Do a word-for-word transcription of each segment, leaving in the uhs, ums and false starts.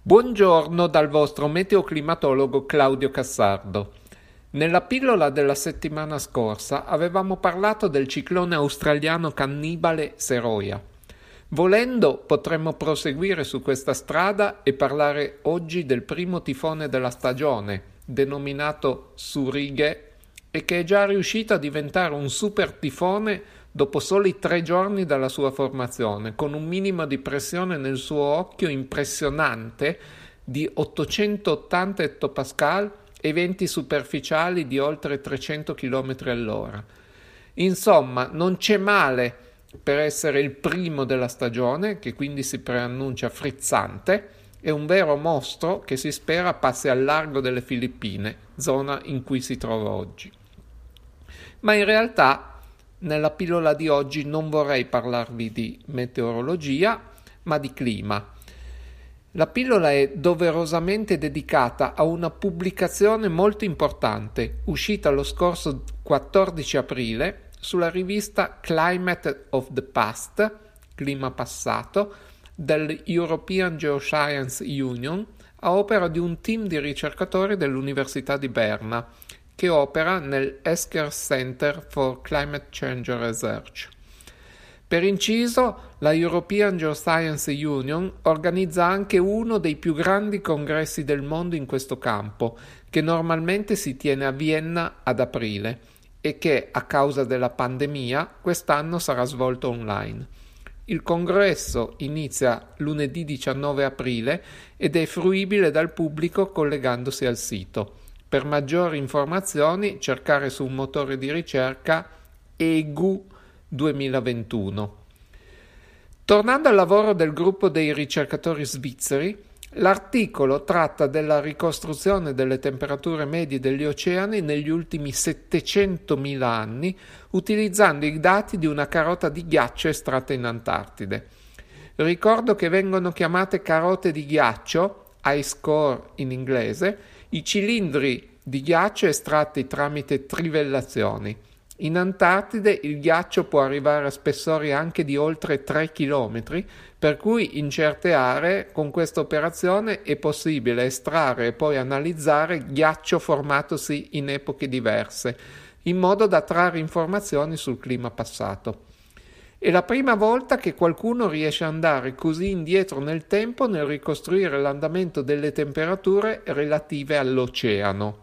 Buongiorno dal vostro meteoclimatologo Claudio Cassardo. Nella pillola della settimana scorsa avevamo parlato del ciclone australiano cannibale Seroia. Volendo potremmo proseguire su questa strada e parlare oggi del primo tifone della stagione, denominato Surige, e che è già riuscito a diventare un super tifone dopo soli tre giorni dalla sua formazione, con un minimo di pressione nel suo occhio impressionante di ottocentottanta ettopascal e venti superficiali di oltre trecento chilometri all'ora. Insomma, non c'è male per essere il primo della stagione, che quindi si preannuncia frizzante, è un vero mostro che si spera passi al largo delle Filippine, zona in cui si trova oggi. Ma in realtà nella pillola di oggi non vorrei parlarvi di meteorologia, ma di clima. La pillola è doverosamente dedicata a una pubblicazione molto importante, uscita lo scorso quattordici aprile sulla rivista Climate of the Past, clima passato, dell'European Geoscience Union, a opera di un team di ricercatori dell'Università di Berna, che opera nel Esker Center for Climate Change Research. Per inciso, la European Geoscience Union organizza anche uno dei più grandi congressi del mondo in questo campo, che normalmente si tiene a Vienna ad aprile e che, a causa della pandemia, quest'anno sarà svolto online. Il congresso inizia lunedì diciannove aprile ed è fruibile dal pubblico collegandosi al sito. Per maggiori informazioni cercare su un motore di ricerca E G U duemilaventuno. Tornando al lavoro del gruppo dei ricercatori svizzeri, l'articolo tratta della ricostruzione delle temperature medie degli oceani negli ultimi settecentomila anni utilizzando i dati di una carota di ghiaccio estratta in Antartide. Ricordo che vengono chiamate carote di ghiaccio, ice core in inglese, i cilindri di ghiaccio estratti tramite trivellazioni. In Antartide il ghiaccio può arrivare a spessori anche di oltre tre chilometri, per cui in certe aree con questa operazione è possibile estrarre e poi analizzare ghiaccio formatosi in epoche diverse, in modo da trarre informazioni sul clima passato. È la prima volta che qualcuno riesce ad andare così indietro nel tempo nel ricostruire l'andamento delle temperature relative all'oceano.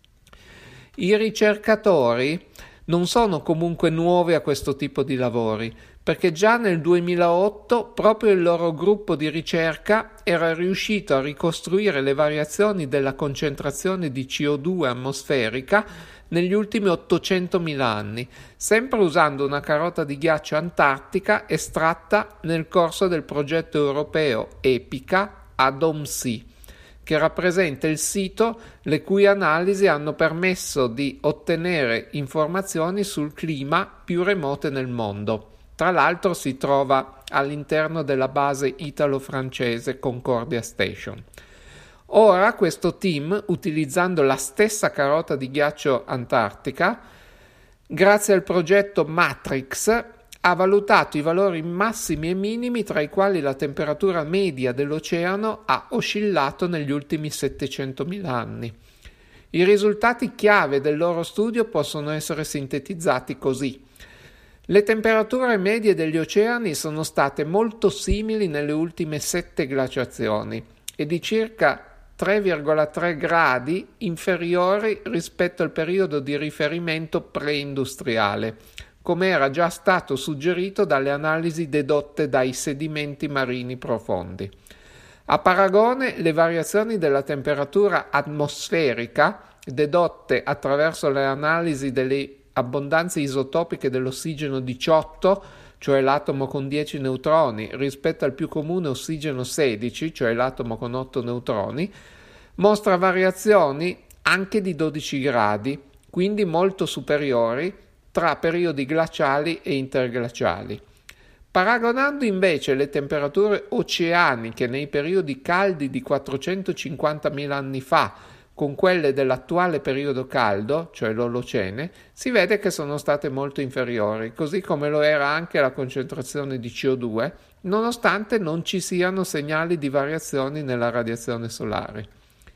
I ricercatori non sono comunque nuovi a questo tipo di lavori, perché già nel duemilaotto proprio il loro gruppo di ricerca era riuscito a ricostruire le variazioni della concentrazione di C O due atmosferica negli ultimi ottocentomila anni, sempre usando una carota di ghiaccio antartica estratta nel corso del progetto europeo EPICA a Domsea, che rappresenta il sito le cui analisi hanno permesso di ottenere informazioni sul clima più remote nel mondo. Tra l'altro si trova all'interno della base italo-francese Concordia Station. Ora questo team, utilizzando la stessa carota di ghiaccio antartica, grazie al progetto Matrix, ha valutato i valori massimi e minimi tra i quali la temperatura media dell'oceano ha oscillato negli ultimi settecentomila anni. I risultati chiave del loro studio possono essere sintetizzati così. Le temperature medie degli oceani sono state molto simili nelle ultime sette glaciazioni e di circa tre virgola tre gradi inferiori rispetto al periodo di riferimento preindustriale, come era già stato suggerito dalle analisi dedotte dai sedimenti marini profondi. A paragone, le variazioni della temperatura atmosferica, dedotte attraverso le analisi delle abbondanze isotopiche dell'ossigeno diciotto, cioè l'atomo con dieci neutroni, rispetto al più comune ossigeno sedici, cioè l'atomo con otto neutroni, mostra variazioni anche di dodici gradi, quindi molto superiori tra periodi glaciali e interglaciali. Paragonando invece le temperature oceaniche nei periodi caldi di quattrocentocinquantamila anni fa con quelle dell'attuale periodo caldo, cioè l'Olocene, si vede che sono state molto inferiori, così come lo era anche la concentrazione di C O due, nonostante non ci siano segnali di variazioni nella radiazione solare.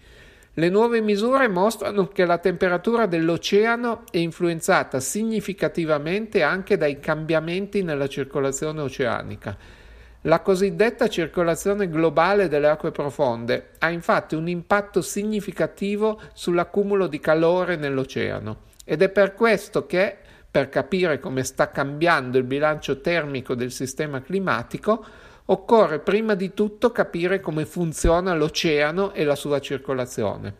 Le nuove misure mostrano che la temperatura dell'oceano è influenzata significativamente anche dai cambiamenti nella circolazione oceanica. La cosiddetta circolazione globale delle acque profonde ha infatti un impatto significativo sull'accumulo di calore nell'oceano ed è per questo che, per capire come sta cambiando il bilancio termico del sistema climatico, occorre prima di tutto capire come funziona l'oceano e la sua circolazione.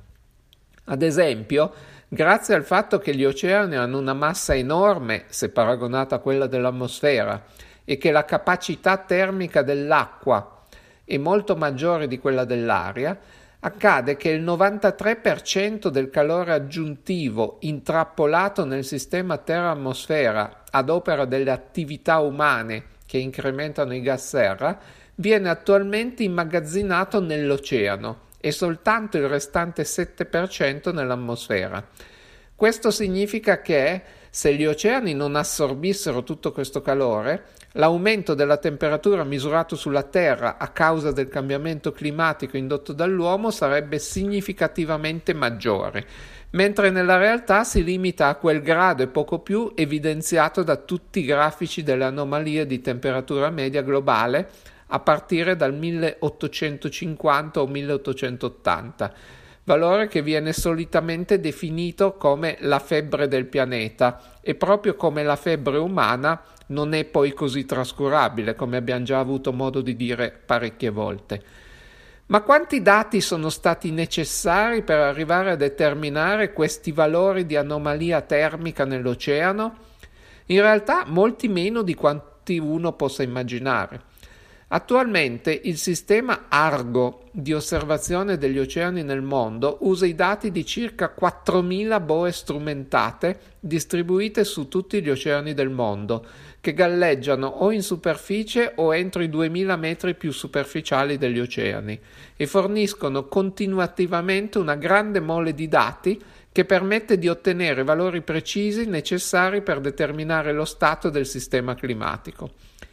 Ad esempio, grazie al fatto che gli oceani hanno una massa enorme se paragonata a quella dell'atmosfera e che la capacità termica dell'acqua è molto maggiore di quella dell'aria, accade che il novantatré per cento del calore aggiuntivo intrappolato nel sistema terra-atmosfera ad opera delle attività umane che incrementano i gas serra viene attualmente immagazzinato nell'oceano e soltanto il restante sette per cento nell'atmosfera. Questo significa che, se gli oceani non assorbissero tutto questo calore, l'aumento della temperatura misurato sulla Terra a causa del cambiamento climatico indotto dall'uomo sarebbe significativamente maggiore, mentre nella realtà si limita a quel grado e poco più evidenziato da tutti i grafici delle anomalie di temperatura media globale a partire dal milleottocentocinquanta o milleottocentottanta, valore che viene solitamente definito come la febbre del pianeta e proprio come la febbre umana non è poi così trascurabile, come abbiamo già avuto modo di dire parecchie volte. Ma quanti dati sono stati necessari per arrivare a determinare questi valori di anomalia termica nell'oceano? In realtà molti meno di quanti uno possa immaginare. Attualmente il sistema Argo di osservazione degli oceani nel mondo usa i dati di circa quattromila boe strumentate distribuite su tutti gli oceani del mondo, che galleggiano o in superficie o entro i duemila metri più superficiali degli oceani e forniscono continuativamente una grande mole di dati che permette di ottenere valori precisi necessari per determinare lo stato del sistema climatico.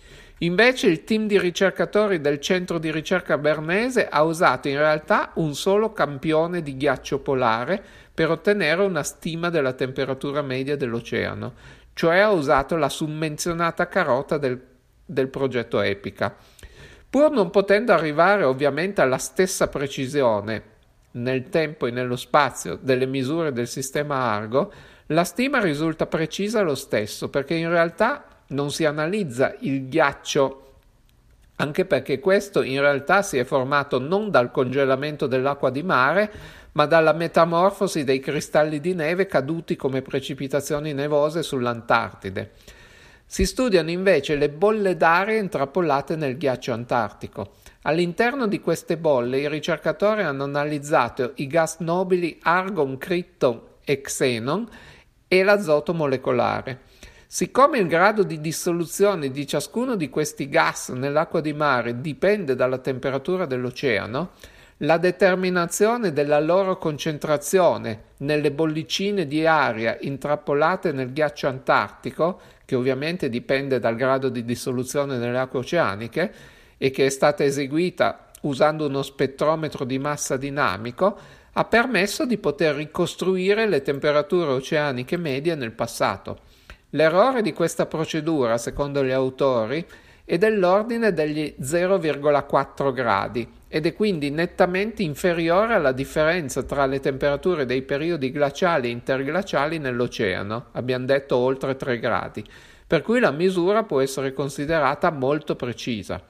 Invece il team di ricercatori del centro di ricerca bernese ha usato in realtà un solo campione di ghiaccio polare per ottenere una stima della temperatura media dell'oceano, cioè ha usato la summenzionata carota del, del progetto EPICA. Pur non potendo arrivare ovviamente alla stessa precisione nel tempo e nello spazio delle misure del sistema Argo, la stima risulta precisa lo stesso, perché in realtà non si analizza il ghiaccio, anche perché questo in realtà si è formato non dal congelamento dell'acqua di mare, ma dalla metamorfosi dei cristalli di neve caduti come precipitazioni nevose sull'Antartide. Si studiano invece le bolle d'aria intrappolate nel ghiaccio antartico. All'interno di queste bolle i ricercatori hanno analizzato i gas nobili argon, criton e xenon e l'azoto molecolare. Siccome il grado di dissoluzione di ciascuno di questi gas nell'acqua di mare dipende dalla temperatura dell'oceano, la determinazione della loro concentrazione nelle bollicine di aria intrappolate nel ghiaccio antartico, che ovviamente dipende dal grado di dissoluzione nelle acque oceaniche e che è stata eseguita usando uno spettrometro di massa dinamico, ha permesso di poter ricostruire le temperature oceaniche medie nel passato. L'errore di questa procedura, secondo gli autori, è dell'ordine degli zero virgola quattro gradi ed è quindi nettamente inferiore alla differenza tra le temperature dei periodi glaciali e interglaciali nell'oceano, abbiamo detto oltre tre gradi, per cui la misura può essere considerata molto precisa.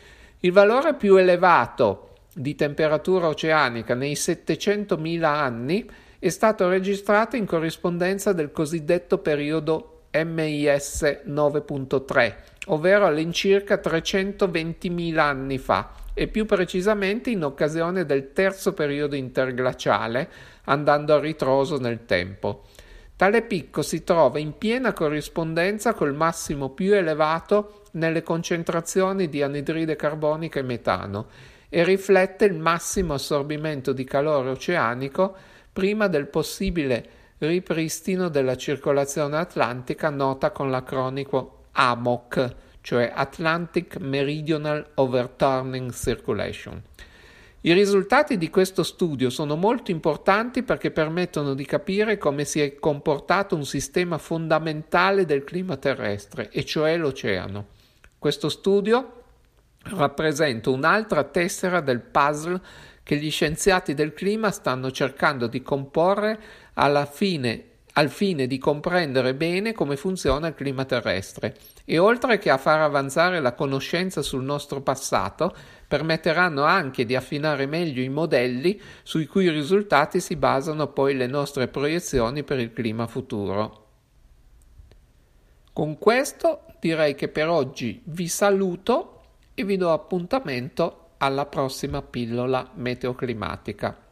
Il valore più elevato di temperatura oceanica nei settecentomila anni è stato registrato in corrispondenza del cosiddetto periodo M I S nove punto tre, ovvero all'incirca trecentoventimila anni fa, e più precisamente in occasione del terzo periodo interglaciale, andando a ritroso nel tempo. Tale picco si trova in piena corrispondenza col massimo più elevato nelle concentrazioni di anidride carbonica e metano e riflette il massimo assorbimento di calore oceanico prima del possibile ripristino della circolazione atlantica nota con l'acronimo A M O C, cioè Atlantic Meridional Overturning Circulation. I risultati di questo studio sono molto importanti perché permettono di capire come si è comportato un sistema fondamentale del clima terrestre, e cioè l'oceano. Questo studio rappresenta un'altra tessera del puzzle che gli scienziati del clima stanno cercando di comporre alla fine al fine di comprendere bene come funziona il clima terrestre, e oltre che a far avanzare la conoscenza sul nostro passato, permetteranno anche di affinare meglio i modelli sui cui risultati si basano poi le nostre proiezioni per il clima futuro. Con questo direi che per oggi vi saluto e vi do appuntamento alla prossima pillola meteoclimatica.